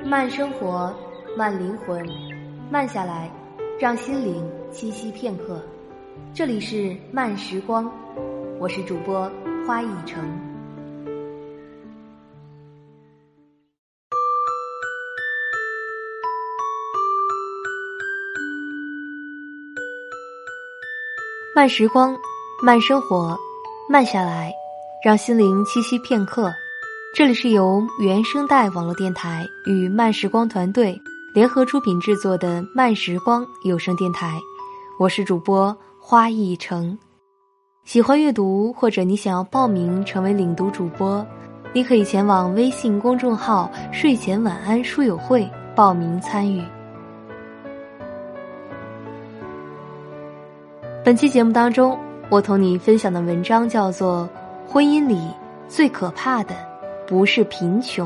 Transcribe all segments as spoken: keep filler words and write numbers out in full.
慢生活，慢灵魂，慢下来，让心灵栖息片刻。这里是慢时光，我是主播花一成。慢时光，慢生活，慢下来，让心灵栖息片刻。这里是由原声带网络电台与慢时光团队联合出品制作的慢时光有声电台，我是主播花一成。喜欢阅读或者你想要报名成为领读主播，你可以前往微信公众号睡前晚安书友会报名参与。本期节目当中，我同你分享的文章叫做《婚姻里最可怕的不是贫穷》。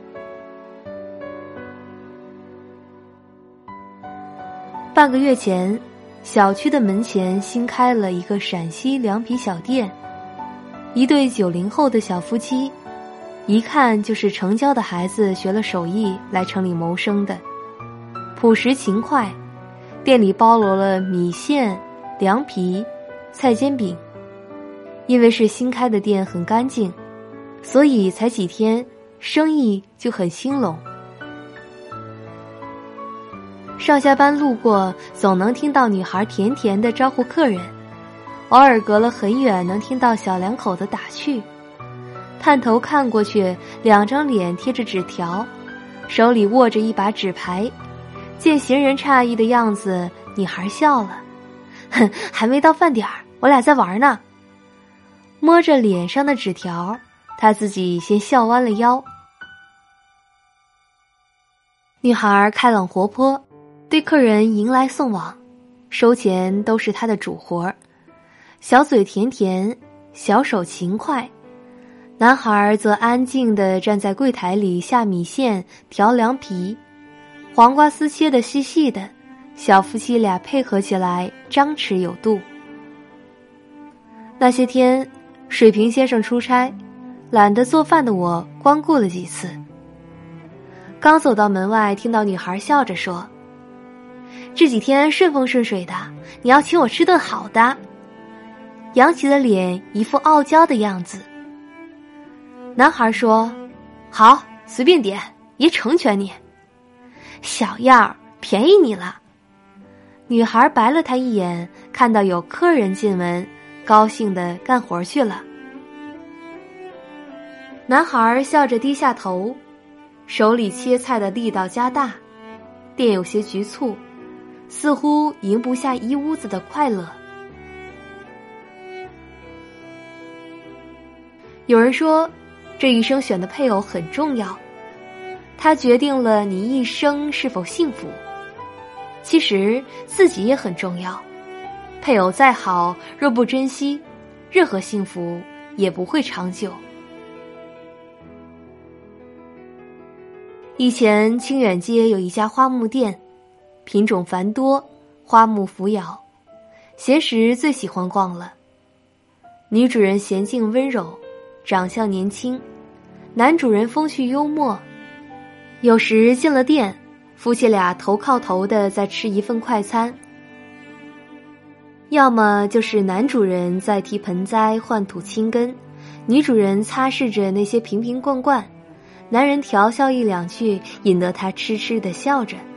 半个月前，小区的门前新开了一个陕西凉皮小店，一对九零后的小夫妻，一看就是城郊的孩子学了手艺来城里谋生的，朴实勤快。店里包罗了米线、凉皮、菜煎饼。因为是新开的店，很干净，所以才几天生意就很兴隆。上下班路过，总能听到女孩甜甜地招呼客人，偶尔隔了很远能听到小两口的打趣。探头看过去，两张脸贴着纸条，手里握着一把纸牌。见行人诧异的样子，女孩笑了，哼，还没到饭点儿，我俩在玩呢。摸着脸上的纸条，她自己先笑弯了腰。女孩开朗活泼，对客人迎来送往，收钱都是她的主活，小嘴甜甜，小手勤快。男孩则安静地站在柜台里下米线、调凉皮，黄瓜丝切得细细的，小夫妻俩配合起来张弛有度。那些天水平先生出差，懒得做饭的我光顾了几次。刚走到门外，听到女孩笑着说，这几天顺风顺水的，你要请我吃顿好的。扬起了脸，一副傲娇的样子。男孩说，好，随便点，爷成全你。小样儿，便宜你了。女孩白了他一眼，看到有客人进门，高兴地干活去了。男孩笑着低下头，手里切菜的力道加大，店有些局促，似乎赢不下一屋子的快乐。有人说，这一生选的配偶很重要，它决定了你一生是否幸福。其实自己也很重要，配偶再好，若不珍惜，任何幸福也不会长久。以前清远街有一家花木店，品种繁多，花木扶摇，闲时最喜欢逛了。女主人娴静温柔，长相年轻，男主人风趣幽默。有时进了店，夫妻俩头靠头的在吃一份快餐，要么就是男主人在替盆栽换土清根，女主人擦拭着那些瓶瓶罐罐，男人调笑一两句，引得他痴痴地笑着。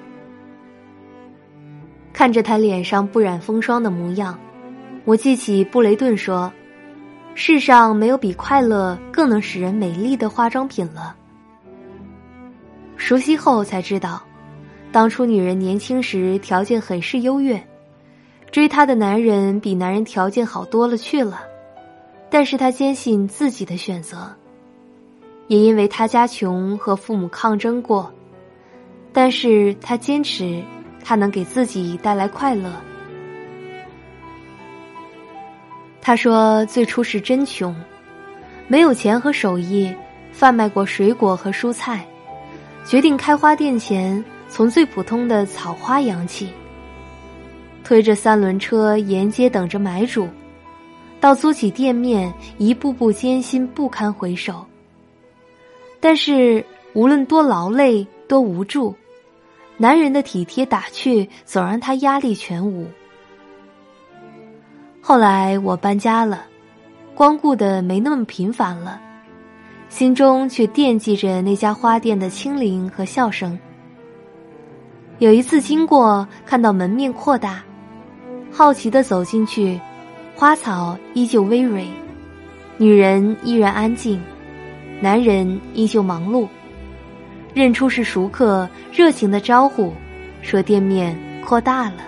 看着他脸上不染风霜的模样，我记起布雷顿说，世上没有比快乐更能使人美丽的化妆品了。熟悉后才知道，当初女人年轻时条件很是优越，追她的男人比男人条件好多了去了，但是她坚信自己的选择。也因为她家穷和父母抗争过，但是她坚持她能给自己带来快乐。她说最初是真穷，没有钱和手艺，贩卖过水果和蔬菜，决定开花店前从最普通的草花养起，推着三轮车沿街等着买主，到租起店面，一步步艰辛不堪回首。但是无论多劳累多无助，男人的体贴打趣总让她压力全无。后来我搬家了，光顾的没那么频繁了，心中却惦记着那家花店的清灵和笑声。有一次经过，看到门面扩大，好奇地走进去，花草依旧葳蕤，女人依然安静，男人依旧忙碌。认出是熟客，热情的招呼，说店面扩大了。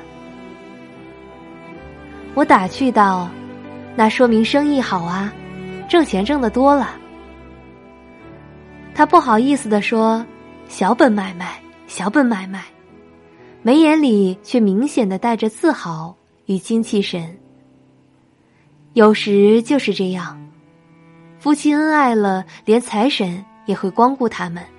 我打趣道：那说明生意好啊，挣钱挣得多了。他不好意思地说：小本买卖，小本买卖，眉眼里却明显地带着自豪与精气神。有时就是这样，夫妻恩爱了，连财神也会光顾他们。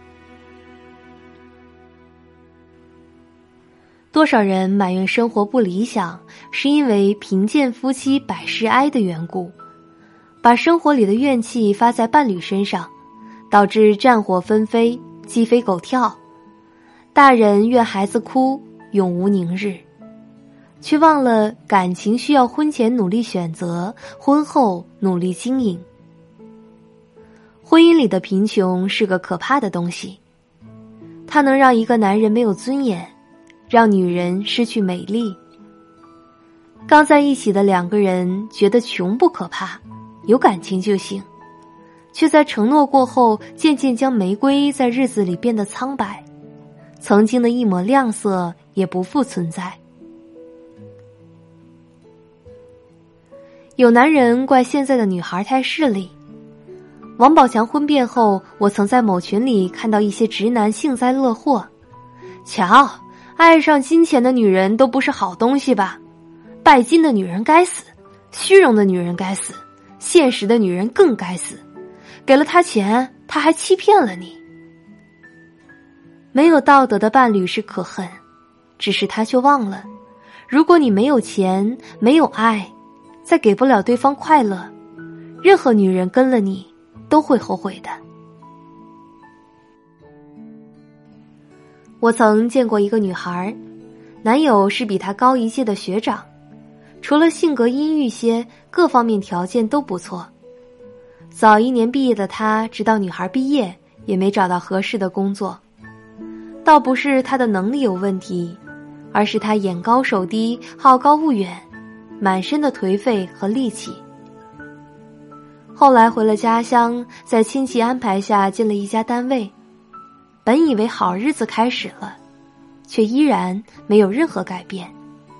多少人埋怨生活不理想，是因为贫贱夫妻百事哀的缘故，把生活里的怨气发在伴侣身上，导致战火纷飞，鸡飞狗跳。大人怨孩子哭，永无宁日，却忘了感情需要婚前努力选择，婚后努力经营。婚姻里的贫穷是个可怕的东西，它能让一个男人没有尊严，让女人失去美丽。刚在一起的两个人觉得穷不可怕，有感情就行，却在承诺过后渐渐将玫瑰在日子里变得苍白，曾经的一抹亮色也不复存在。有男人怪现在的女孩太势利。王宝强婚变后，我曾在某群里看到一些直男幸灾乐祸，瞧，爱上金钱的女人都不是好东西吧？拜金的女人该死，虚荣的女人该死，现实的女人更该死。给了他钱，他还欺骗了你。没有道德的伴侣是可恨，只是他却忘了，如果你没有钱，没有爱，再给不了对方快乐，任何女人跟了你都会后悔的。我曾见过一个女孩，男友是比她高一届的学长，除了性格阴郁些，各方面条件都不错。早一年毕业的他，直到女孩毕业也没找到合适的工作。倒不是他的能力有问题，而是他眼高手低，好高骛远，满身的颓废和戾气。后来回了家乡，在亲戚安排下进了一家单位，本以为好日子开始了，却依然没有任何改变。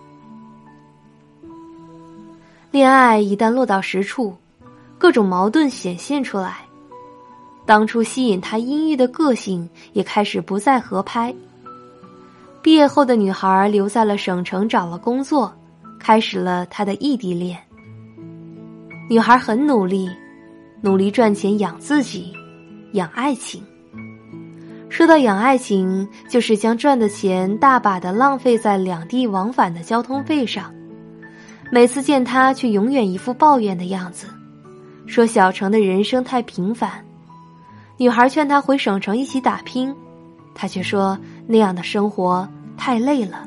恋爱一旦落到实处，各种矛盾显现出来，当初吸引他阴郁的个性也开始不再合拍。毕业后的女孩留在了省城找了工作，开始了她的异地恋。女孩很努力，努力赚钱养自己，养爱情。说到养爱情，就是将赚的钱大把的浪费在两地往返的交通费上。每次见她却永远一副抱怨的样子，说小城的人生太平凡。女孩劝她回省城一起打拼，她却说那样的生活太累了。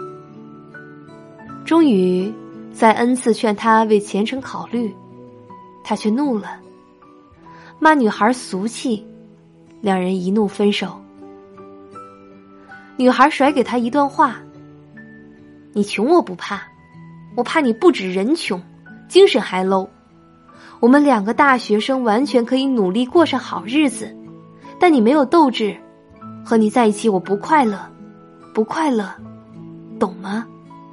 终于在 N 次劝她为前程考虑，她却怒了，骂女孩俗气，两人一怒分手。女孩甩给他一段话：你穷我不怕，我怕你不止人穷，精神还 low。 我们两个大学生完全可以努力过上好日子，但你没有斗志，和你在一起我不快乐，不快乐，懂吗？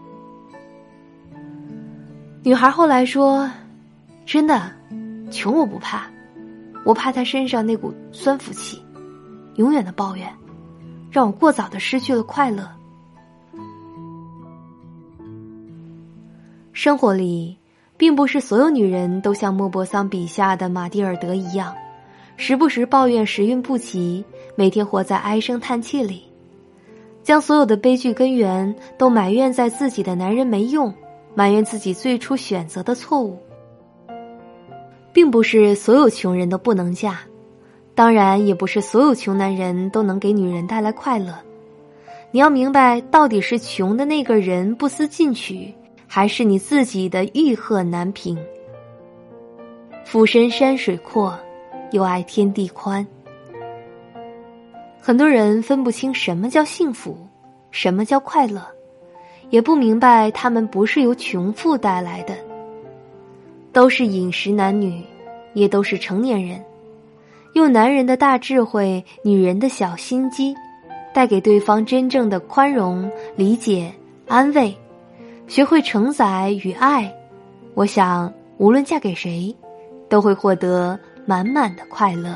女孩后来说，真的，穷我不怕，我怕他身上那股酸腐气，永远的抱怨，让我过早的失去了快乐。生活里并不是所有女人都像莫泊桑笔下的玛蒂尔德一样，时不时抱怨时运不齐，每天活在唉声叹气里，将所有的悲剧根源都埋怨在自己的男人没用，埋怨自己最初选择的错误。并不是所有穷人都不能嫁， 当然，也不是所有穷男人都能给女人带来快乐。你要明白，到底是穷的那个人不思进取，还是你自己的欲壑难平。俯身山水阔，又爱天地宽。很多人分不清什么叫幸福，什么叫快乐，也不明白他们不是由穷富带来的。都是饮食男女，也都是成年人，用男人的大智慧，女人的小心机，带给对方真正的宽容、理解、安慰，学会承载与爱，我想无论嫁给谁，都会获得满满的快乐。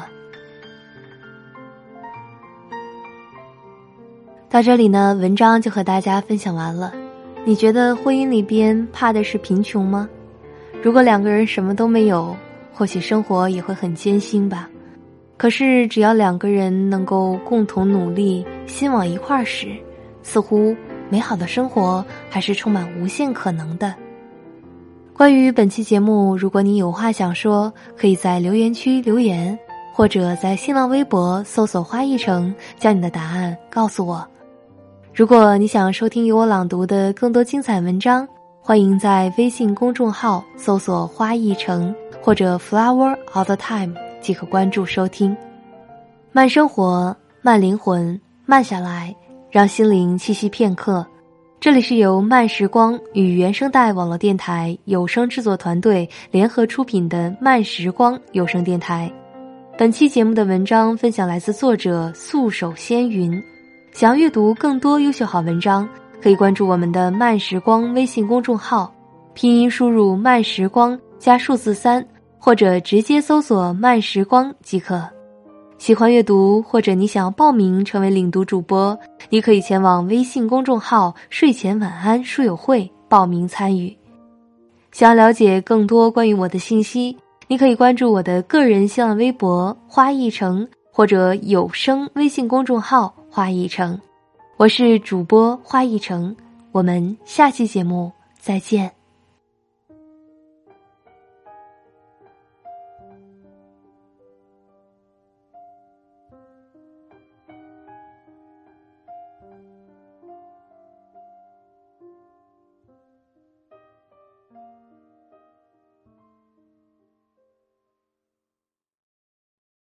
到这里呢，文章就和大家分享完了。你觉得婚姻里边怕的是贫穷吗？如果两个人什么都没有，或许生活也会很艰辛吧。可是只要两个人能够共同努力，心往一块儿时，似乎美好的生活还是充满无限可能的。关于本期节目，如果你有话想说，可以在留言区留言，或者在新浪微博搜索花一城，将你的答案告诉我。如果你想收听由我朗读的更多精彩文章，欢迎在微信公众号搜索花一城或者 Flower all the time即可关注收听。慢生活，慢灵魂，慢下来，让心灵栖息片刻。这里是由慢时光与原声带网络电台有声制作团队联合出品的慢时光有声电台。本期节目的文章分享来自作者素手仙云。想要阅读更多优秀好文章，可以关注我们的慢时光微信公众号，拼音输入慢时光加数字三，或者直接搜索慢时光即可。喜欢阅读或者你想要报名成为领读主播，你可以前往微信公众号睡前晚安书友会报名参与。想要了解更多关于我的信息，你可以关注我的个人新浪微博花一城，或者有声微信公众号花一城。我是主播花一城，我们下期节目再见。